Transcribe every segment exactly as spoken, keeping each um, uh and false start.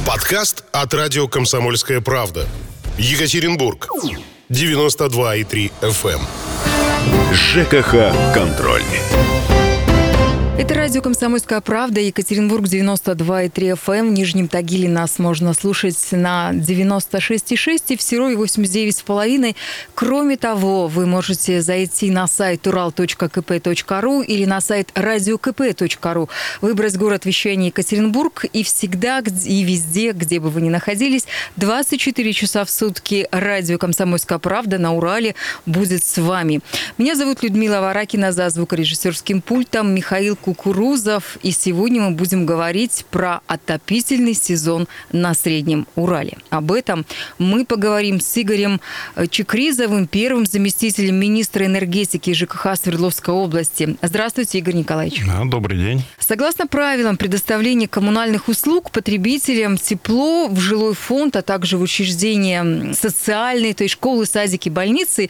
Подкаст от радио «Комсомольская правда». Екатеринбург. девяносто два и три эф эм. ЖКХ «Контроль». Это радио «Комсомольская правда», Екатеринбург, девяносто два и три эф эм. В Нижнем Тагиле нас можно слушать на девяносто шесть и шесть и в Серове восемьдесят девять и пять. Кроме того, вы можете зайти на сайт урал точка ка пэ точка ру или на сайт радио ка пэ точка ру, выбрать город вещания Екатеринбург, и всегда и везде, где бы вы ни находились, двадцать четыре часа в сутки радио «Комсомольская правда» на Урале будет с вами. Меня зовут Людмила Варакина, за звукорежиссерским пультом Михаил Кукурузов, и сегодня мы будем говорить про отопительный сезон на Среднем Урале. Об этом мы поговорим с Игорем Чекризовым, первым заместителем министра энергетики и ЖКХ Свердловской области. Здравствуйте, Игорь Николаевич. Да, добрый день. Согласно правилам предоставления коммунальных услуг потребителям, тепло в жилой фонд, а также в учреждения социальные, то есть школы, садики, больницы,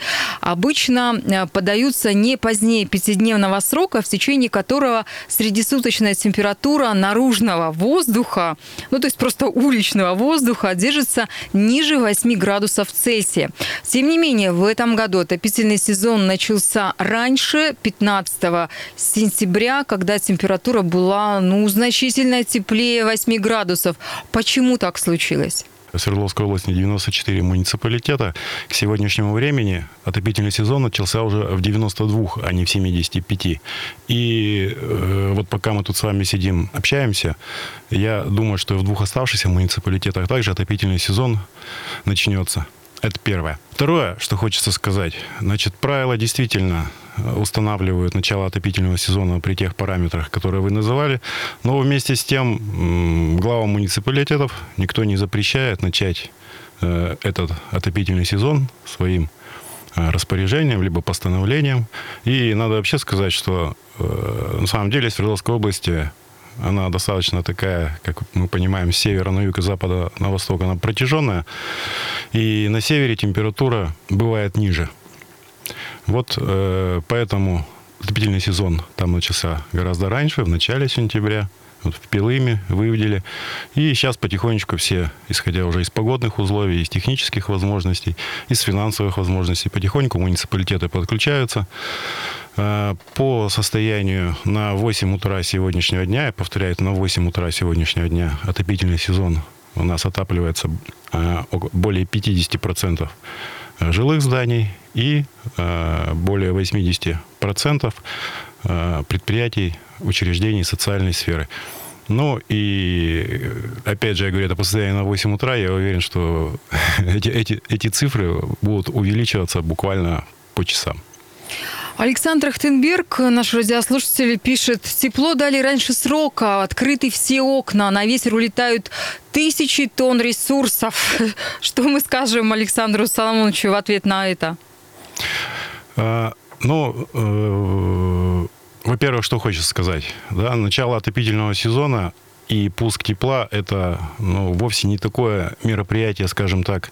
обычно подаются не позднее пятидневного срока, в течение которого среднесуточная температура наружного воздуха, ну то есть просто уличного воздуха, держится ниже восьми градусов Цельсия. Тем не менее, в этом году отопительный сезон начался раньше, пятнадцатого сентября, когда температура была ну, значительно теплее восьми градусов. Почему так случилось? В Свердловской области девяносто четыре муниципалитета. К сегодняшнему времени отопительный сезон начался уже в девяноста двух, а не в семидесяти пяти. И э, вот пока мы тут с вами сидим, общаемся, я думаю, что в двух оставшихся муниципалитетах также отопительный сезон начнется. Это первое. Второе, что хочется сказать. Значит, правила действительно устанавливают начало отопительного сезона при тех параметрах, которые вы называли. Но вместе с тем главам муниципалитетов никто не запрещает начать этот отопительный сезон своим распоряжением, либо постановлением. И надо вообще сказать, что на самом деле Свердловской области она достаточно такая, как мы понимаем, с севера на юг и с запада на восток, она протяженная. И на севере температура бывает ниже. Вот э, поэтому отопительный сезон там начался гораздо раньше, в начале сентября. Вот в Пилыме, Вывделе. И сейчас потихонечку все, исходя уже из погодных условий, из технических возможностей, из финансовых возможностей, потихоньку муниципалитеты подключаются. По состоянию на восемь утра сегодняшнего дня, я повторяю, на восемь утра сегодняшнего дня отопительный сезон у нас отапливается более пятьдесят процентов жилых зданий и более восемьдесят процентов предприятий, учреждений социальной сферы. Ну и, опять же, я говорю, это по состоянию на восемь утра, я уверен, что эти, эти, эти цифры будут увеличиваться буквально по часам. Александр Ахтенберг, наш радиослушатель, пишет: тепло дали раньше срока, открыты все окна, на ветер улетают тысячи тонн ресурсов. Что мы скажем Александру Соломоновичу в ответ на это? А, ну, э, во-первых, что хочется сказать. Да, начало отопительного сезона и пуск тепла – это ну, вовсе не такое мероприятие, скажем так,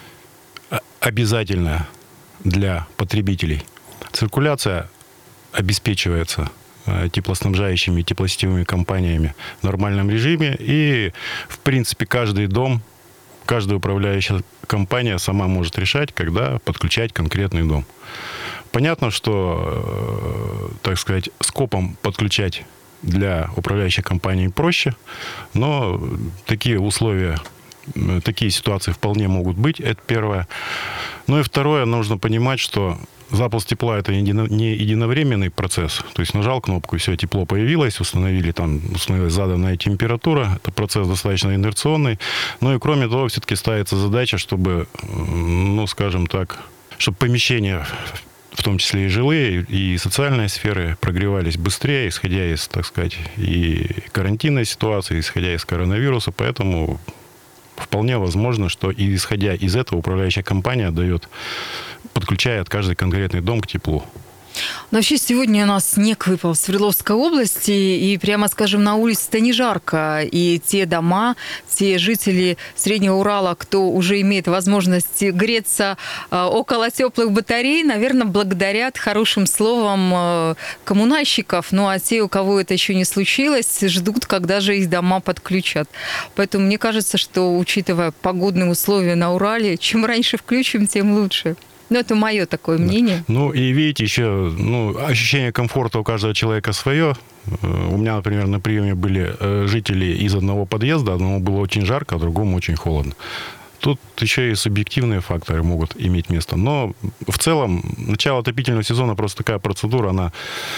обязательное для потребителей. Циркуляция обеспечивается теплоснабжающими и теплосетевыми компаниями в нормальном режиме. И, в принципе, каждый дом, каждая управляющая компания сама может решать, когда подключать конкретный дом. Понятно, что, так сказать, скопом подключать для управляющей компании проще, но такие условия, такие ситуации вполне могут быть. Это первое. Ну и второе, нужно понимать, что запуск тепла – это не единовременный процесс. То есть нажал кнопку, и все, тепло появилось, установили там, установилась заданная температура. Это процесс достаточно инерционный. Ну и кроме того, все-таки ставится задача, чтобы, ну, скажем так, чтобы помещения, в том числе и жилые, и социальные сферы, прогревались быстрее, исходя из, так сказать, и карантинной ситуации, исходя из коронавируса. Поэтому вполне возможно, что и исходя из этого управляющая компания дает, подключает каждый конкретный дом к теплу. Но вообще сегодня у нас снег выпал в Свердловской области, и прямо скажем, на улице-то не жарко. И те дома, те жители Среднего Урала, кто уже имеет возможность греться около теплых батарей, наверное, благодарят хорошим словом коммунальщиков. Ну а те, у кого это еще не случилось, ждут, когда же их дома подключат. Поэтому мне кажется, что, учитывая погодные условия на Урале, чем раньше включим, тем лучше. Ну, это мое такое мнение. Да. Ну, и видите, еще ну, ощущение комфорта у каждого человека свое. У меня, например, на приеме были жители из одного подъезда. Одному было очень жарко, а другому очень холодно. Тут еще и субъективные факторы могут иметь место. Но в целом начало отопительного сезона просто такая процедура, она,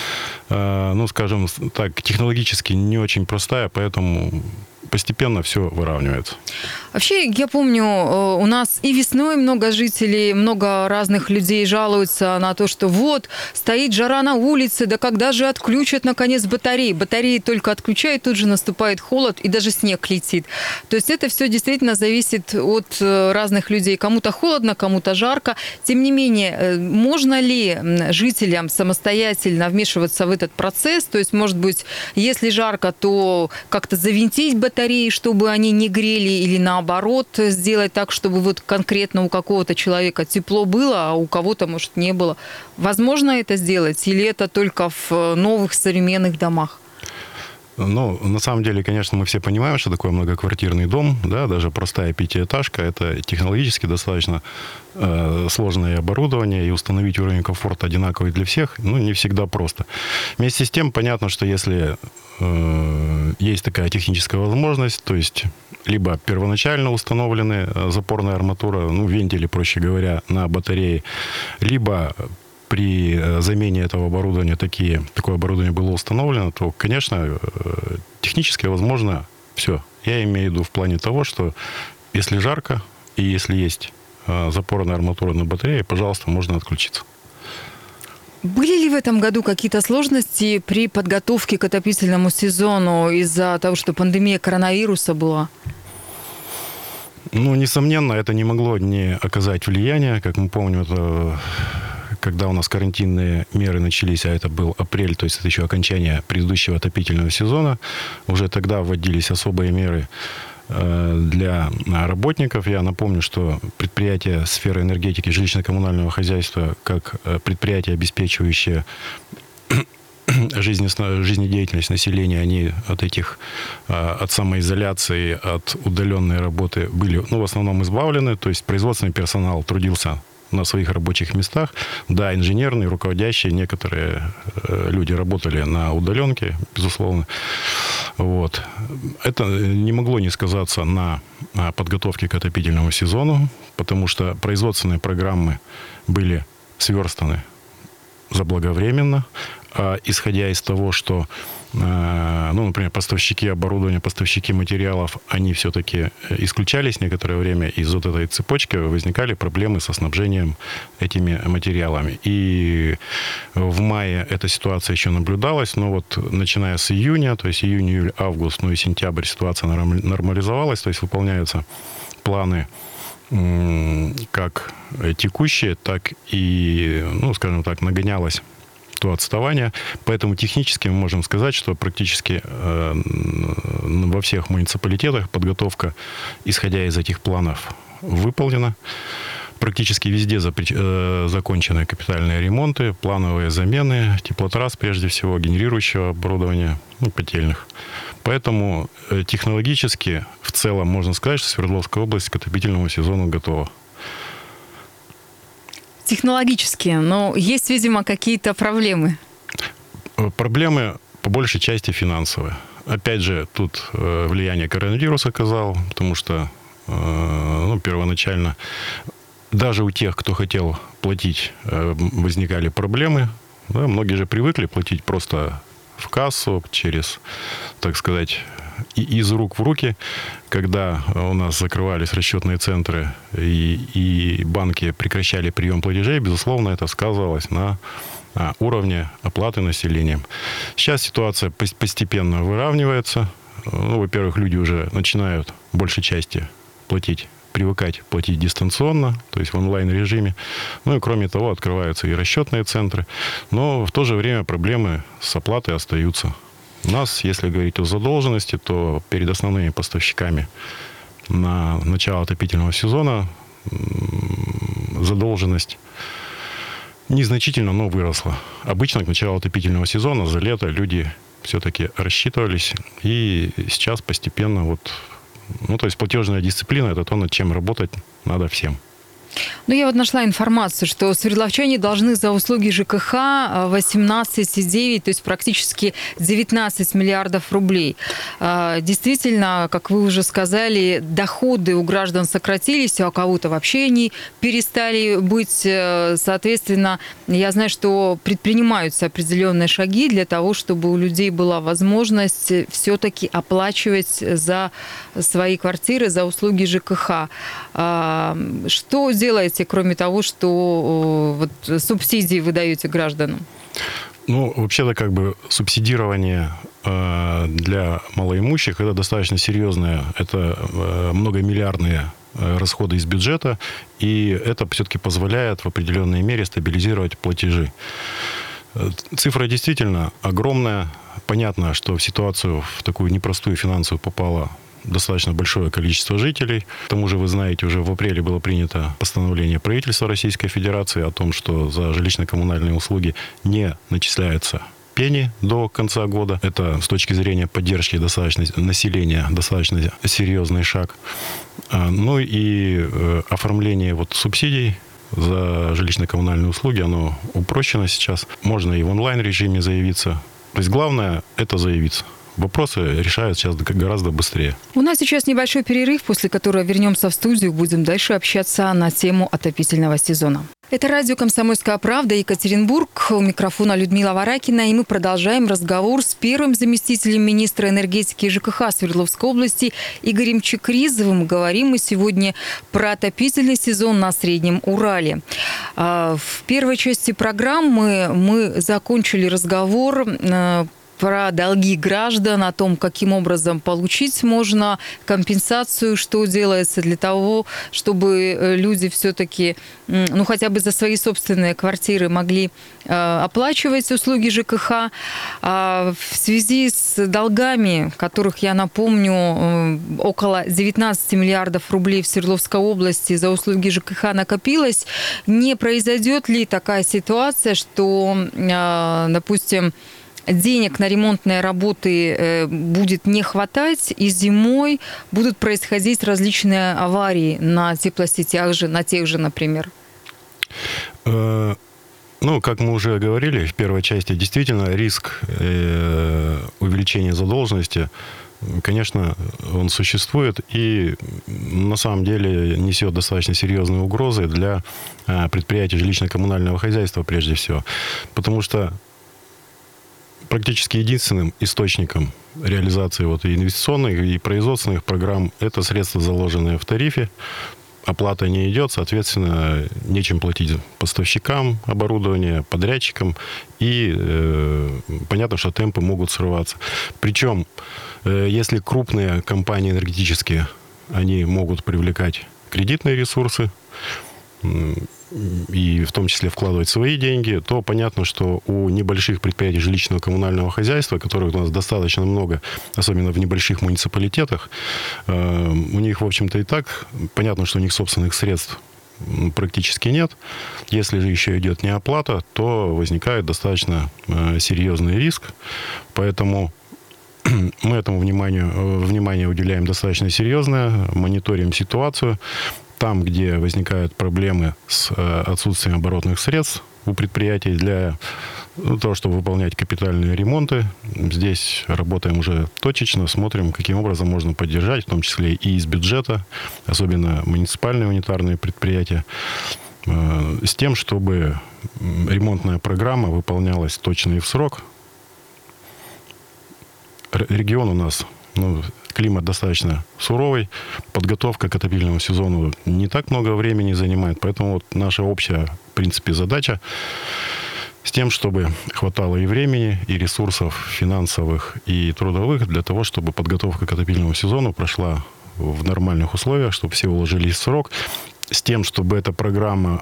ну, скажем так, технологически не очень простая, поэтому постепенно все выравнивается. Вообще, я помню, у нас и весной много жителей, много разных людей жалуются на то, что вот, стоит жара на улице, да когда же отключат, наконец, батареи? Батареи только отключают, тут же наступает холод, и даже снег летит. То есть это все действительно зависит от разных людей. Кому-то холодно, кому-то жарко. Тем не менее, можно ли жителям самостоятельно вмешиваться в этот процесс? То есть, может быть, если жарко, то как-то завинтить батареи, чтобы они не грели, или наоборот сделать так, чтобы вот конкретно у какого-то человека тепло было, а у кого-то, может, не было. Возможно это сделать? Или это только в новых современных домах? Ну, на самом деле, конечно, мы все понимаем, что такое многоквартирный дом, да, даже простая пятиэтажка, это технологически достаточно э, сложное оборудование, и установить уровень комфорта одинаковый для всех, ну, не всегда просто. Вместе с тем, понятно, что если э, есть такая техническая возможность, то есть либо первоначально установлены запорная арматура, ну, вентили, проще говоря, на батарее, либо при замене этого оборудования такие, такое оборудование было установлено, то, конечно, технически возможно все. Я имею в виду в плане того, что если жарко и если есть запорная арматура на батарее, пожалуйста, можно отключиться. Были ли в этом году какие-то сложности при подготовке к отопительному сезону из-за того, что пандемия коронавируса была? Ну, несомненно, это не могло не оказать влияния. Как мы помним, это когда у нас карантинные меры начались, а это был апрель, то есть это еще окончание предыдущего отопительного сезона, уже тогда вводились особые меры для работников. Я напомню, что предприятия сферы энергетики, жилищно-коммунального хозяйства, как предприятия, обеспечивающие жизнедеятельность населения, они от этих, от самоизоляции, от удаленной работы были, ну, в основном избавлены, то есть производственный персонал трудился на своих рабочих местах. Да, инженерные, руководящие, некоторые люди работали на удаленке, безусловно. Вот. Это не могло не сказаться на подготовке к отопительному сезону, потому что производственные программы были сверстаны заблаговременно, а исходя из того, что, ну, например, поставщики оборудования, поставщики материалов, они все-таки исключались некоторое время, из вот этой цепочки возникали проблемы со снабжением этими материалами. И в мае эта ситуация еще наблюдалась, но вот начиная с июня, то есть июнь, июль, август, ну и сентябрь ситуация нормализовалась, то есть выполняются планы как текущие, так и, ну, скажем так, нагонялось то отставание. Поэтому технически мы можем сказать, что практически э, во всех муниципалитетах подготовка, исходя из этих планов, выполнена. Практически везде запри... э, закончены капитальные ремонты, плановые замены теплотрасс, прежде всего, генерирующего оборудования, ну, котельных. Поэтому э, технологически в целом можно сказать, что Свердловская область к отопительному сезону готова. Технологически, но есть, видимо, какие-то проблемы. Проблемы по большей части финансовые. Опять же, тут э, влияние коронавируса оказал, потому что э, ну, первоначально даже у тех, кто хотел платить, э, возникали проблемы. Да, многие же привыкли платить просто в кассу, через, так сказать, из рук в руки, когда у нас закрывались расчетные центры и, и банки прекращали прием платежей, безусловно, это сказывалось на уровне оплаты населением. Сейчас ситуация постепенно выравнивается. Ну, во-первых, люди уже начинают в большей части платить привыкать платить дистанционно, то есть в онлайн-режиме. Ну и кроме того, открываются и расчетные центры. Но в то же время проблемы с оплатой остаются. У нас, если говорить о задолженности, то перед основными поставщиками на начало отопительного сезона задолженность незначительно, но выросла. Обычно к началу отопительного сезона за лето люди все-таки рассчитывались. И сейчас постепенно вот... Ну, то есть платежная дисциплина – это то, над чем работать надо всем. Ну, я вот нашла информацию, что свердловчане должны за услуги ЖКХ восемнадцать целых девять десятых, то есть практически девятнадцать миллиардов рублей. Действительно, как вы уже сказали, доходы у граждан сократились, а у кого-то вообще они перестали быть. Соответственно, я знаю, что предпринимаются определенные шаги для того, чтобы у людей была возможность все-таки оплачивать за свои квартиры, за услуги ЖКХ. Что делаете, кроме того, что вот, субсидии вы даете гражданам? Ну, вообще-то, как бы субсидирование э, для малоимущих это достаточно серьезное, это э, многомиллиардные расходы из бюджета, и это все-таки позволяет в определенной мере стабилизировать платежи. Цифра действительно огромная. Понятно, что в ситуацию, в такую непростую финансовую попало достаточно большое количество жителей. К тому же, вы знаете, уже в апреле было принято постановление правительства Российской Федерации о том, что за жилищно-коммунальные услуги не начисляются пени до конца года. Это с точки зрения поддержки достаточно населения достаточно серьезный шаг. Ну и оформление вот субсидий за жилищно-коммунальные услуги, оно упрощено сейчас. Можно и в онлайн-режиме заявиться. То есть главное – это заявиться. Вопросы решают сейчас гораздо быстрее. У нас сейчас небольшой перерыв, после которого вернемся в студию, будем дальше общаться на тему отопительного сезона. Это радио «Комсомольская правда», Екатеринбург. У микрофона Людмила Варакина. И мы продолжаем разговор с первым заместителем министра энергетики и ЖКХ Свердловской области Игорем Чекризовым. Говорим мы сегодня про отопительный сезон на Среднем Урале. В первой части программы мы закончили разговор про долги граждан, о том, каким образом получить можно компенсацию, что делается для того, чтобы люди все-таки, ну, хотя бы за свои собственные квартиры могли э, оплачивать услуги ЖКХ. А в связи с долгами, которых, я напомню, э, около девятнадцать миллиардов рублей в Свердловской области за услуги ЖКХ накопилось, не произойдет ли такая ситуация, что, э, допустим, денег на ремонтные работы будет не хватать, и зимой будут происходить различные аварии на теплосетях же, на тех же, например? Ну, как мы уже говорили в первой части, действительно риск увеличения задолженности, конечно, он существует и на самом деле несет достаточно серьезные угрозы для предприятий жилищно-коммунального хозяйства прежде всего. Потому что практически единственным источником реализации вот и инвестиционных, и производственных программ это средства, заложенные в тарифе. Оплата не идет, соответственно, нечем платить поставщикам оборудования, подрядчикам. И э, понятно, что темпы могут срываться. Причем, э, если крупные компании энергетические, они могут привлекать кредитные ресурсы, и в том числе вкладывать свои деньги, то понятно, что у небольших предприятий жилищного коммунального хозяйства, которых у нас достаточно много, особенно в небольших муниципалитетах, у них, в общем-то, и так понятно, что у них собственных средств практически нет. Если же еще идет неоплата, то возникает достаточно серьезный риск. Поэтому мы этому вниманию, внимание уделяем достаточно серьезное, мониторим ситуацию. Там, где возникают проблемы с отсутствием оборотных средств у предприятий для того, чтобы выполнять капитальные ремонты, здесь работаем уже точечно, смотрим, каким образом можно поддержать, в том числе и из бюджета, особенно муниципальные унитарные предприятия, с тем, чтобы ремонтная программа выполнялась точно и в срок. Регион у нас... Ну, климат достаточно суровый, подготовка к отопительному сезону не так много времени занимает, поэтому вот наша общая, в принципе, задача с тем, чтобы хватало и времени, и ресурсов финансовых, и трудовых для того, чтобы подготовка к отопительному сезону прошла в нормальных условиях, чтобы все уложились в срок, с тем, чтобы эта программа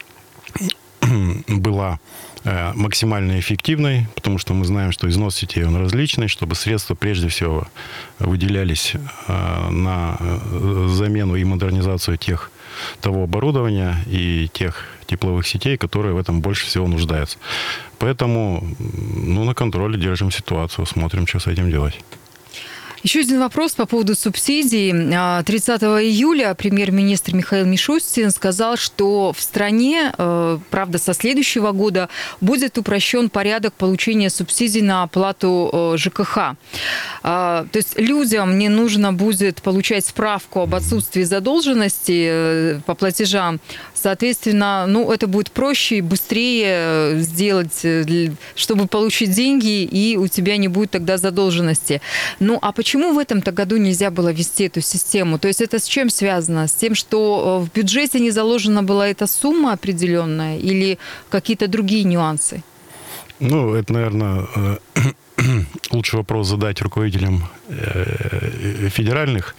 была максимально эффективной, потому что мы знаем, что износ сетей он различный, чтобы средства прежде всего выделялись на замену и модернизацию тех, того оборудования и тех тепловых сетей, которые в этом больше всего нуждаются. Поэтому ну, на контроле держим ситуацию, смотрим, что с этим делать. Еще один вопрос по поводу субсидий. тридцатого июля премьер-министр Михаил Мишустин сказал, что в стране, правда, со следующего года будет упрощен порядок получения субсидий на оплату ЖКХ. То есть людям не нужно будет получать справку об отсутствии задолженности по платежам. Соответственно, ну, это будет проще и быстрее сделать, чтобы получить деньги, и у тебя не будет тогда задолженности. Ну, а почему в этом-то году нельзя было ввести эту систему? То есть это с чем связано? С тем, что в бюджете не заложена была эта сумма определенная или какие-то другие нюансы? Ну, это, наверное, лучший вопрос задать руководителям федеральных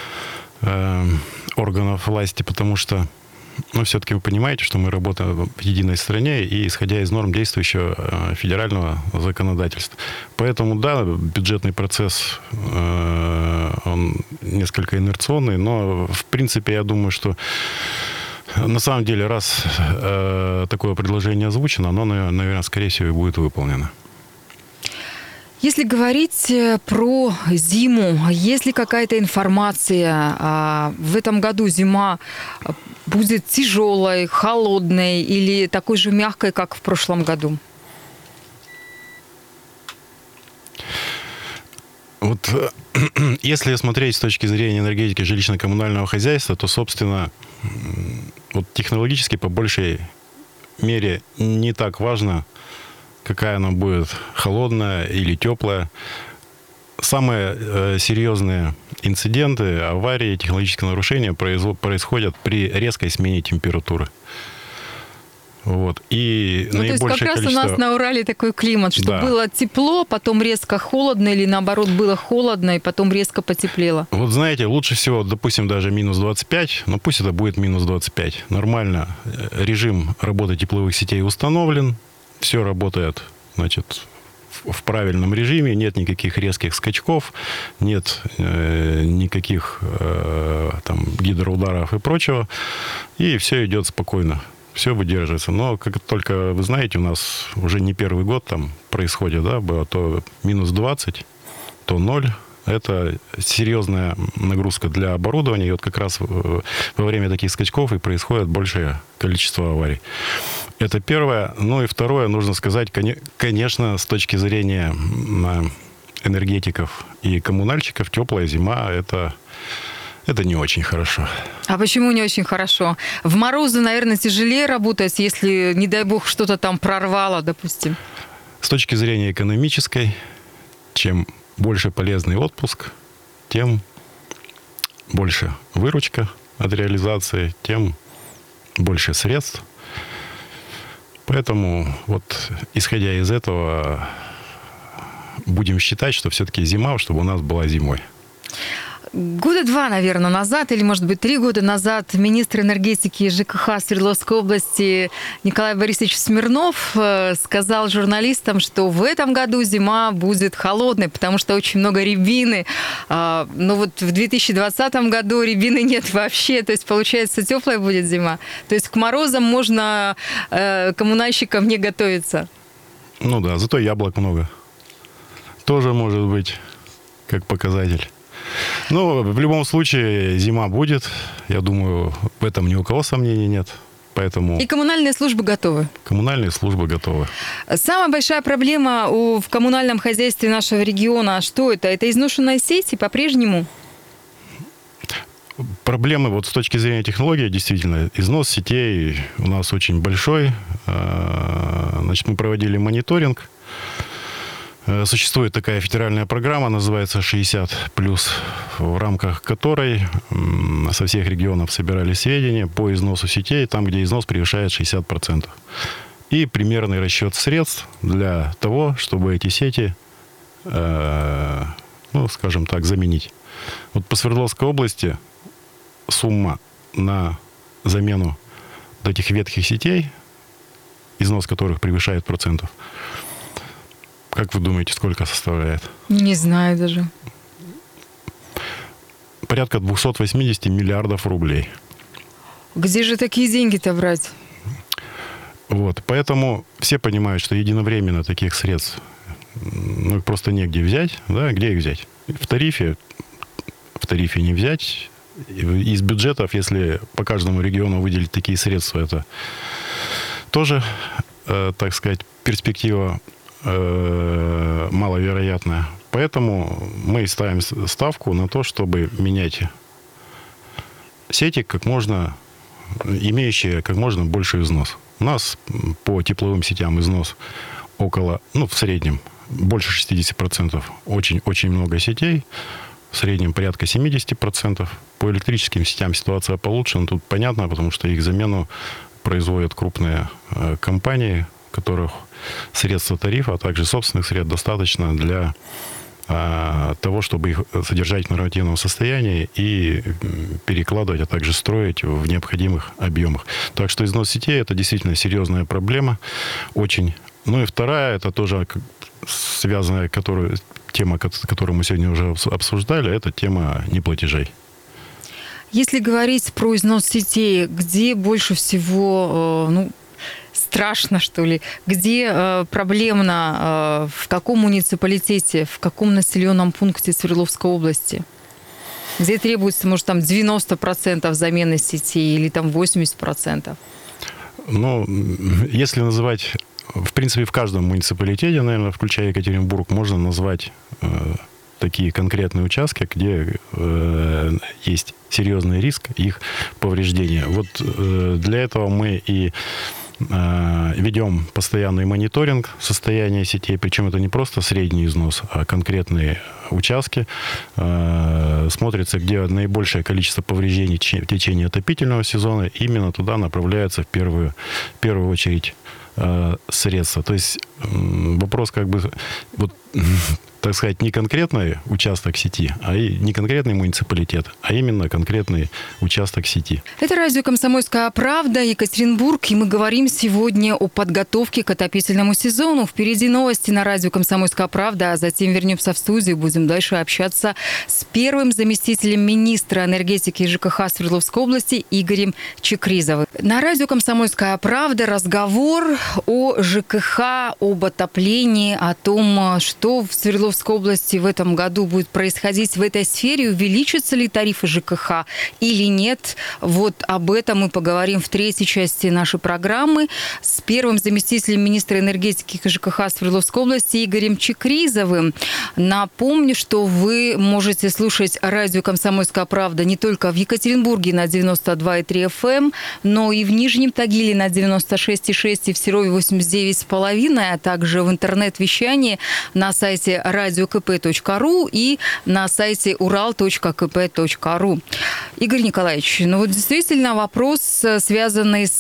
органов власти, потому что ну, все-таки вы понимаете, что мы работаем в единой стране и исходя из норм действующего федерального законодательства. Поэтому, да, бюджетный процесс, он несколько инерционный, но, в принципе, я думаю, что на самом деле, раз такое предложение озвучено, оно, наверное, скорее всего, и будет выполнено. Если говорить про зиму, есть ли какая-то информация, в этом году зима будет тяжелой, холодной или такой же мягкой, как в прошлом году? Вот если смотреть с точки зрения энергетики жилищно-коммунального хозяйства, то, собственно, вот технологически по большей мере не так важно, какая она будет, холодная или теплая. Самые э, серьезные инциденты, аварии, технологические нарушения происходят при резкой смене температуры. Вот. И ну, то есть как раз количество... у нас на Урале такой климат, что да. было тепло, потом резко холодно, или наоборот было холодно, и потом резко потеплело. Вот знаете, лучше всего, допустим, даже минус двадцать пять, но пусть это будет минус двадцать пять. Нормально. Режим работы тепловых сетей установлен, все работает, значит, в правильном режиме, нет никаких резких скачков, нет э, никаких э, там гидроударов и прочего, и все идет спокойно, все выдерживается. Но как только вы знаете, у нас уже не первый год там происходит, да, было то минус двадцать, то ноль. Это серьезная нагрузка для оборудования. И вот как раз во время таких скачков и происходит большее количество аварий. Это первое. Ну и второе, нужно сказать, конечно, с точки зрения энергетиков и коммунальщиков, теплая зима – это, это не очень хорошо. А почему не очень хорошо? В морозы, наверное, тяжелее работать, если, не дай бог, что-то там прорвало, допустим. С точки зрения экономической, чем больше полезный отпуск, тем больше выручка от реализации, тем больше средств. Поэтому вот исходя из этого будем считать, что все-таки зима, чтобы у нас была зимой. Года два, наверное, назад, или, может быть, три года назад министр энергетики и ЖКХ Свердловской области Николай Борисович Смирнов сказал журналистам, что в этом году зима будет холодной, потому что очень много рябины. Но вот в две тысячи двадцатом году рябины нет вообще, то есть, получается, теплая будет зима. То есть к морозам можно коммунальщикам не готовиться. Ну да, зато яблок много. Тоже может быть как показатель. Ну, в любом случае, зима будет. Я думаю, в этом ни у кого сомнений нет. Поэтому... И коммунальные службы готовы? Коммунальные службы готовы. Самая большая проблема у, в коммунальном хозяйстве нашего региона, что это? Это изношенные сети по-прежнему? Проблемы вот с точки зрения технологии, действительно, износ сетей у нас очень большой. Значит, мы проводили мониторинг. Существует такая федеральная программа, называется шестьдесят плюс, в рамках которой со всех регионов собирали сведения по износу сетей, там, где износ превышает шестьдесят процентов. И примерный расчет средств для того, чтобы эти сети, э, ну, скажем так, заменить. Вот по Свердловской области сумма на замену вот этих ветхих сетей, износ которых превышает процентов, как вы думаете, сколько составляет? Не знаю даже. Порядка двести восемьдесят миллиардов рублей. Где же такие деньги-то брать? Вот, поэтому все понимают, что единовременно таких средств ну, их просто негде взять. Да? Где их взять? В тарифе, в тарифе не взять. Из бюджетов, если по каждому региону выделить такие средства, это тоже, э, так сказать, перспектива э, маловероятная. Поэтому мы ставим ставку на то, чтобы менять сети как можно, имеющие как можно больше износ. У нас по тепловым сетям износ около, ну, в среднем, больше шестьдесят процентов. Очень-очень много сетей. В среднем порядка семьдесят процентов. По электрическим сетям ситуация получше. Но тут понятно, потому что их замену производят крупные э, компании, у которых средства тарифа, а также собственных средств достаточно для э, того, чтобы их содержать в нормативном состоянии и перекладывать, а также строить в необходимых объемах. Так что износ сетей – это действительно серьезная проблема. Очень. Ну и вторая, это тоже связанная, которую, тема, которую мы сегодня уже обсуждали, это тема неплатежей. Если говорить про износ сетей, где больше всего, ну, страшно, что ли, где э, проблемно, э, в каком муниципалитете, в каком населенном пункте Свердловской области? Где требуется, может, там девяносто процентов замены сетей или там восемьдесят процентов? Ну, если называть, в принципе, в каждом муниципалитете, наверное, включая Екатеринбург, можно назвать э, такие конкретные участки, где э, есть серьезный риск их повреждения. Вот э, для этого мы и э, ведем постоянный мониторинг состояния сетей, причем это не просто средний износ, а конкретные участки. Э, смотрится, где наибольшее количество повреждений в течение отопительного сезона, именно туда направляется в первую, в первую очередь э, средства. То есть э, вопрос как бы... Вот, так сказать, не конкретный участок сети, а и не конкретный муниципалитет, а именно конкретный участок сети. Это радио «Комсомольская правда», Екатеринбург, и мы говорим сегодня о подготовке к отопительному сезону. Впереди новости на радио «Комсомольская правда», а затем вернемся в студию, будем дальше общаться с первым заместителем министра энергетики и ЖКХ Свердловской области Игорем Чекризовым. На радио «Комсомольская правда» разговор о ЖКХ, об отоплении, о том, что в Свердловской Свердловской области в этом году будет происходить в этой сфере, увеличатся ли тарифы ЖКХ или нет. Вот об этом мы поговорим в третьей части нашей программы с первым заместителем министра энергетики и ЖКХ Свердловской области Игорем Чекризовым. Напомню, что вы можете слушать радио «Комсомольская правда» не только в Екатеринбурге на девяносто два и три эф эм, но и в Нижнем Тагиле на девяносто шесть и шесть и в Серове восемьдесят девять и пять, а также в интернет-вещании на сайте радио ка пэ точка ру и на сайте урал точка ка пэ точка ру. Игорь Николаевич, ну вот действительно вопрос, связанный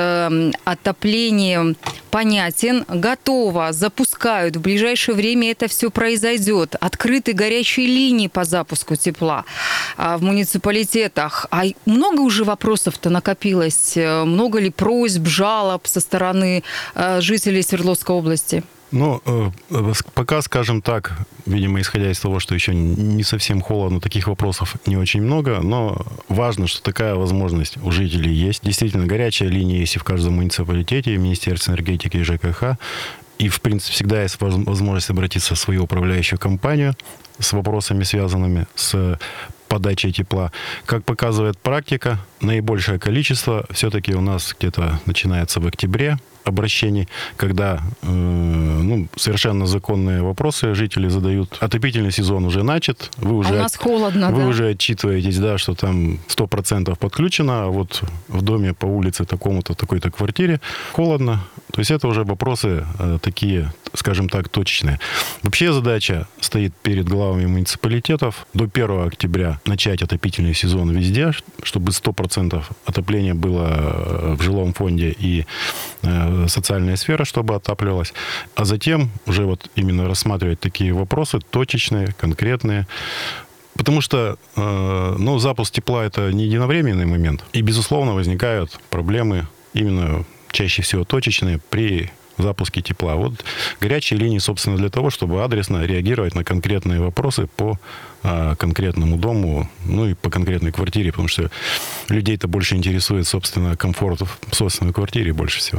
с отоплением, понятен. Готово, запускают. В ближайшее время это все произойдет. Открыты горячие линии по запуску тепла в муниципалитетах. А много уже вопросов-то накопилось? Много ли просьб, жалоб со стороны жителей Свердловской области? Ну, пока, скажем так, видимо, исходя из того, что еще не совсем холодно, таких вопросов не очень много, но важно, что такая возможность у жителей есть. Действительно, горячая линия есть и в каждом муниципалитете, в Министерстве энергетики и ЖКХ. И, в принципе, всегда есть возможность обратиться в свою управляющую компанию с вопросами, связанными с подачей тепла. Как показывает практика, наибольшее количество все-таки у нас где-то начинается в октябре обращений, когда э, ну, совершенно законные вопросы жители задают. Отопительный сезон уже начат. Вы уже, а у нас холодно, вы да? уже отчитываетесь, да, что там сто процентов подключено, а вот в доме по улице такому-то, такой-то квартире холодно. То есть это уже вопросы э, такие, скажем так, точечные. Вообще задача стоит перед главами муниципалитетов до первого октября начать отопительный сезон везде, чтобы сто процентов отопления было в жилом фонде и э, социальная сфера, чтобы отапливалась. А затем уже вот именно рассматривать такие вопросы точечные, конкретные, Потому что э, ну, запуск тепла – это не единовременный момент. И, безусловно, возникают проблемы именно чаще всего точечные при запуске тепла. Вот горячие линии, собственно, для того, чтобы адресно реагировать на конкретные вопросы по э, конкретному дому, ну и по конкретной квартире, потому что людей-то больше интересует, собственно, комфорт в собственной квартире больше всего.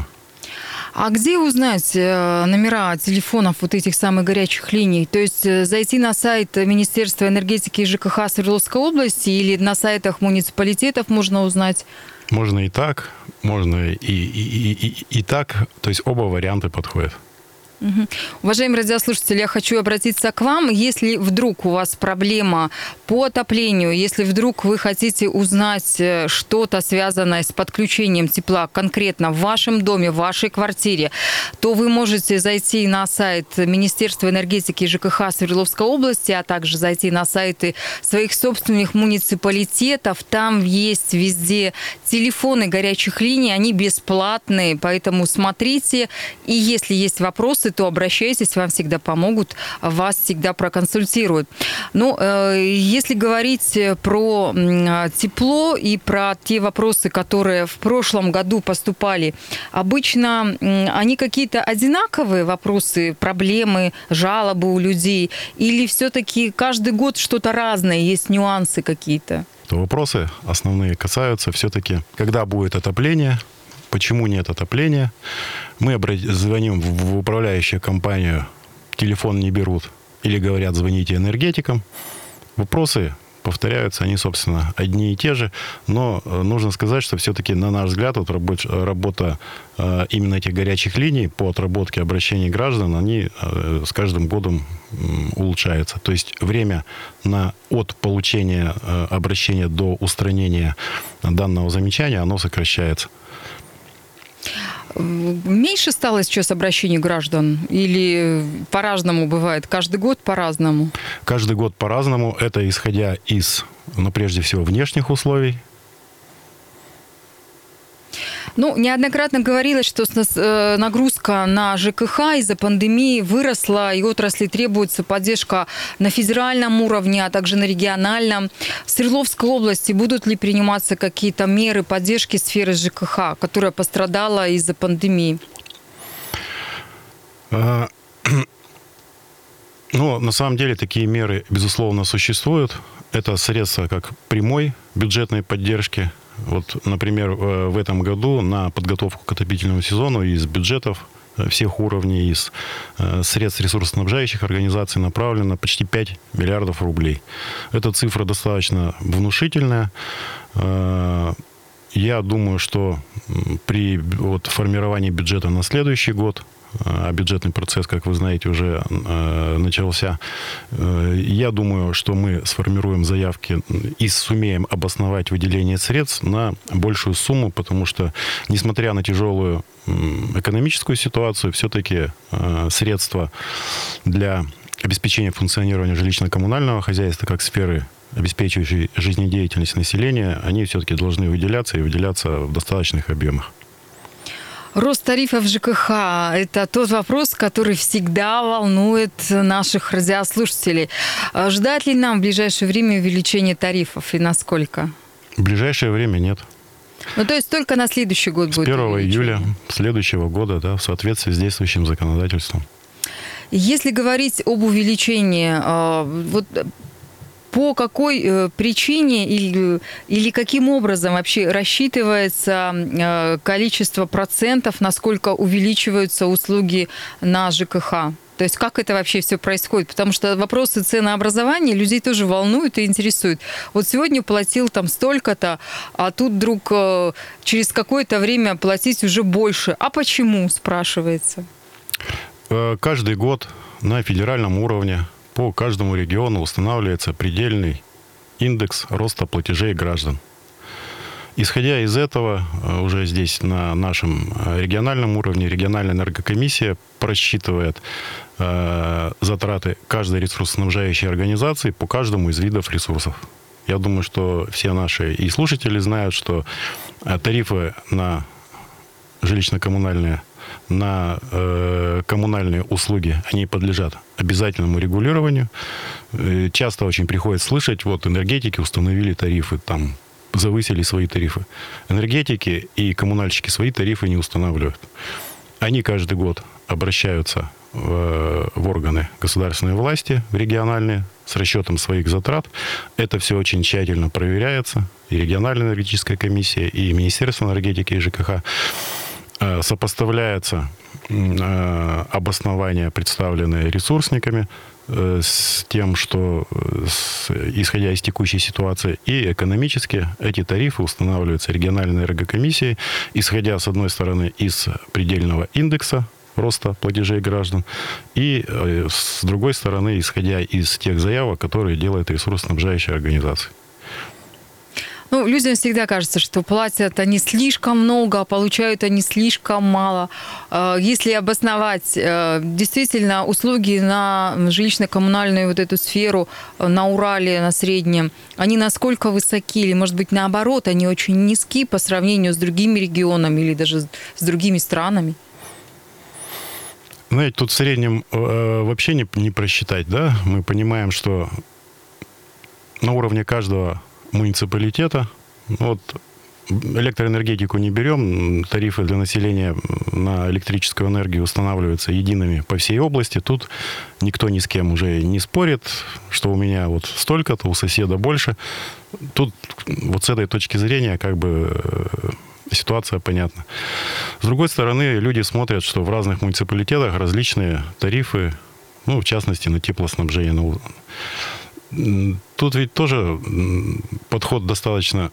А где узнать номера телефонов вот этих самых горячих линий? То есть зайти на сайт Министерства энергетики и ЖКХ Свердловской области или на сайтах муниципалитетов можно узнать? Можно и так, можно и, и, и, и, и так. То есть оба варианта подходят. Угу. Уважаемые радиослушатели, я хочу обратиться к вам. Если вдруг у вас проблема по отоплению, если вдруг вы хотите узнать что-то, связанное с подключением тепла конкретно в вашем доме, в вашей квартире, то вы можете зайти на сайт Министерства энергетики и ЖКХ Свердловской области, а также зайти на сайты своих собственных муниципалитетов. Там есть везде телефоны горячих линий, они бесплатные, поэтому смотрите. И если есть вопросы, то обращайтесь, вам всегда помогут, вас всегда проконсультируют. Ну, если говорить про тепло и про те вопросы, которые в прошлом году поступали, обычно они какие-то одинаковые вопросы, проблемы, жалобы у людей, или все-таки каждый год что-то разное, есть нюансы какие-то? Вопросы основные касаются все-таки, когда будет отопление, почему нет отопления. Мы звоним в управляющую компанию, телефон не берут, или говорят, звоните энергетикам. Вопросы повторяются, они, собственно, одни и те же, но нужно сказать, что все-таки, на наш взгляд, вот работа именно этих горячих линий по отработке обращений граждан, они с каждым годом улучшаются. То есть время на, от получения обращения до устранения данного замечания, оно сокращается. Меньше стало сейчас обращений граждан? Или по-разному бывает? Каждый год по-разному? Каждый год по-разному. Это исходя из, ну, прежде всего, внешних условий. Ну, неоднократно говорилось, что нагрузка на ЖКХ из-за пандемии выросла, и отрасли требуется поддержка на федеральном уровне, а также на региональном. В Свердловской области будут ли приниматься какие-то меры поддержки сферы ЖКХ, которая пострадала из-за пандемии? Ну, на самом деле такие меры, безусловно, существуют. Это средства как прямой бюджетной поддержки. Вот, например, в этом году на подготовку к отопительному сезону из бюджетов всех уровней, из средств ресурсоснабжающих организаций направлено почти пять миллиардов рублей. Эта цифра достаточно внушительная. Я думаю, что при вот формировании бюджета на следующий год, а бюджетный процесс, как вы знаете, уже э, начался. Э, я думаю, что мы сформируем заявки и сумеем обосновать выделение средств на большую сумму, потому что, несмотря на тяжелую э, экономическую ситуацию, все-таки э, средства для обеспечения функционирования жилищно-коммунального хозяйства как сферы, обеспечивающей жизнедеятельность населения, они все-таки должны выделяться и выделяться в достаточных объемах. Рост тарифов ЖКХ – это тот вопрос, который всегда волнует наших радиослушателей. Ждать ли нам в ближайшее время увеличения тарифов и насколько? В ближайшее время нет. Ну, то есть только на следующий год будет? С первого июля следующего года, да, в соответствии с действующим законодательством. Если говорить об увеличении, вот по какой причине или, или каким образом вообще рассчитывается количество процентов, насколько увеличиваются услуги на ЖКХ? То есть как это вообще все происходит? Потому что вопросы ценообразования людей тоже волнуют и интересуют. Вот сегодня платил там столько-то, а тут вдруг через какое-то время платить уже больше. А почему, спрашивается? Каждый год на федеральном уровне по каждому региону устанавливается предельный индекс роста платежей граждан. Исходя из этого, уже здесь на нашем региональном уровне региональная энергокомиссия просчитывает э, затраты каждой ресурсоснабжающей организации по каждому из видов ресурсов. Я думаю, что все наши и слушатели знают, что тарифы на жилищно-коммунальные на э, коммунальные услуги, они подлежат обязательному регулированию. Э, часто очень приходится слышать, вот энергетики установили тарифы, там, завысили свои тарифы. Энергетики и коммунальщики свои тарифы не устанавливают. Они каждый год обращаются в, в органы государственной власти, в региональные, с расчетом своих затрат. Это все очень тщательно проверяется. И региональная энергетическая комиссия, и Министерство энергетики, и ЖКХ. Сопоставляется обоснование, представленное ресурсниками, с тем, что, с, исходя из текущей ситуации, и экономически эти тарифы устанавливаются региональной энергокомиссией, исходя, с одной стороны, из предельного индекса роста платежей граждан, и, с другой стороны, исходя из тех заявок, которые делает ресурсоснабжающая организация. Ну, людям всегда кажется, что платят они слишком много, а получают они слишком мало. Если обосновать действительно услуги на жилищно-коммунальную вот эту сферу на Урале, на Среднем, они насколько высоки? Или, может быть, наоборот, они очень низки по сравнению с другими регионами или даже с другими странами? Знаете, тут в среднем э, вообще не, не просчитать, да? Мы понимаем, что на уровне каждого муниципалитета, вот электроэнергетику не берем, тарифы для населения на электрическую энергию устанавливаются едиными по всей области. Тут никто ни с кем уже не спорит, что у меня вот столько-то, у соседа больше. Тут вот с этой точки зрения как бы ситуация понятна. С другой стороны, люди смотрят, что в разных муниципалитетах различные тарифы, ну, в частности, на теплоснабжение. Тут ведь тоже подход достаточно,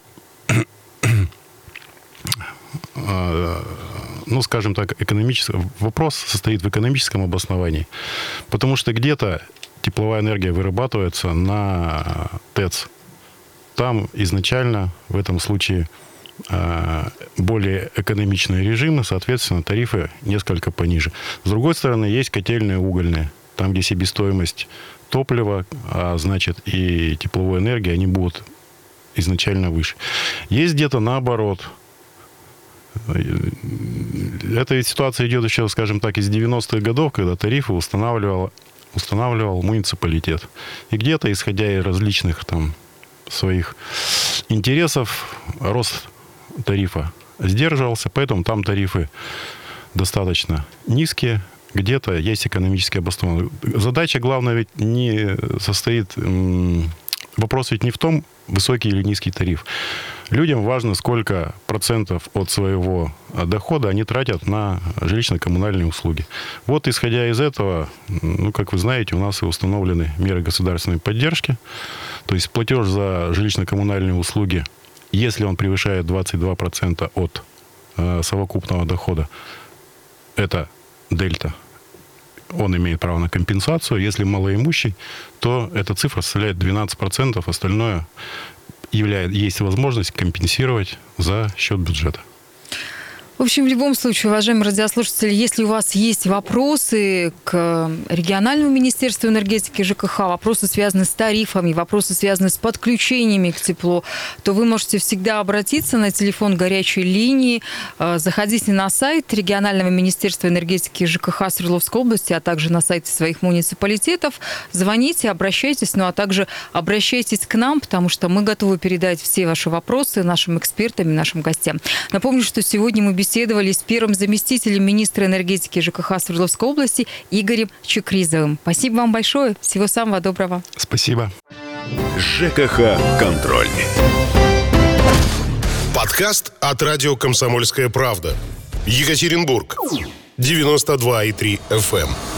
ну, скажем так, экономический. Вопрос состоит в экономическом обосновании. Потому что где-то тепловая энергия вырабатывается на ТЭЦ. Там изначально, в этом случае, более экономичные режимы, соответственно, тарифы несколько пониже. С другой стороны, есть котельные угольные. Там, где себестоимость топлива, а значит и тепловой энергии, они будут изначально выше. Есть где-то наоборот. Эта ситуация идет еще, скажем так, из девяностых годов, когда тарифы устанавливал, устанавливал муниципалитет. И где-то, исходя из различных там своих интересов, рост тарифа сдерживался, поэтому там тарифы достаточно низкие. Где-то есть экономические обоснования. Задача, главное, ведь не состоит... Вопрос ведь не в том, высокий или низкий тариф. Людям важно, сколько процентов от своего дохода они тратят на жилищно-коммунальные услуги. Вот, исходя из этого, ну, как вы знаете, у нас и установлены меры государственной поддержки. То есть платеж за жилищно-коммунальные услуги, если он превышает двадцать два процента от э, совокупного дохода, это дельта. Он имеет право на компенсацию. Если малоимущий, то эта цифра составляет двенадцать процентов. Остальное являет, есть возможность компенсировать за счет бюджета. В общем, в любом случае, уважаемые радиослушатели, если у вас есть вопросы к региональному министерству энергетики ЖКХ, вопросы, связанные с тарифами, вопросы, связанные с подключениями к теплу, то вы можете всегда обратиться на телефон горячей линии. Заходите на сайт регионального министерства энергетики ЖКХ Свердловской области, а также на сайте своих муниципалитетов. Звоните, обращайтесь, ну а также обращайтесь к нам, потому что мы готовы передать все ваши вопросы нашим экспертам и нашим гостям. Напомню, что сегодня мы беседуем беседовали с первым заместителем министра энергетики ЖКХ Свердловской области Игорем Чекризовым. Спасибо вам большое. Всего самого доброго. Спасибо. ЖКХ «Контроль». Подкаст от радио «Комсомольская правда». Екатеринбург. девяносто два и три эф эм.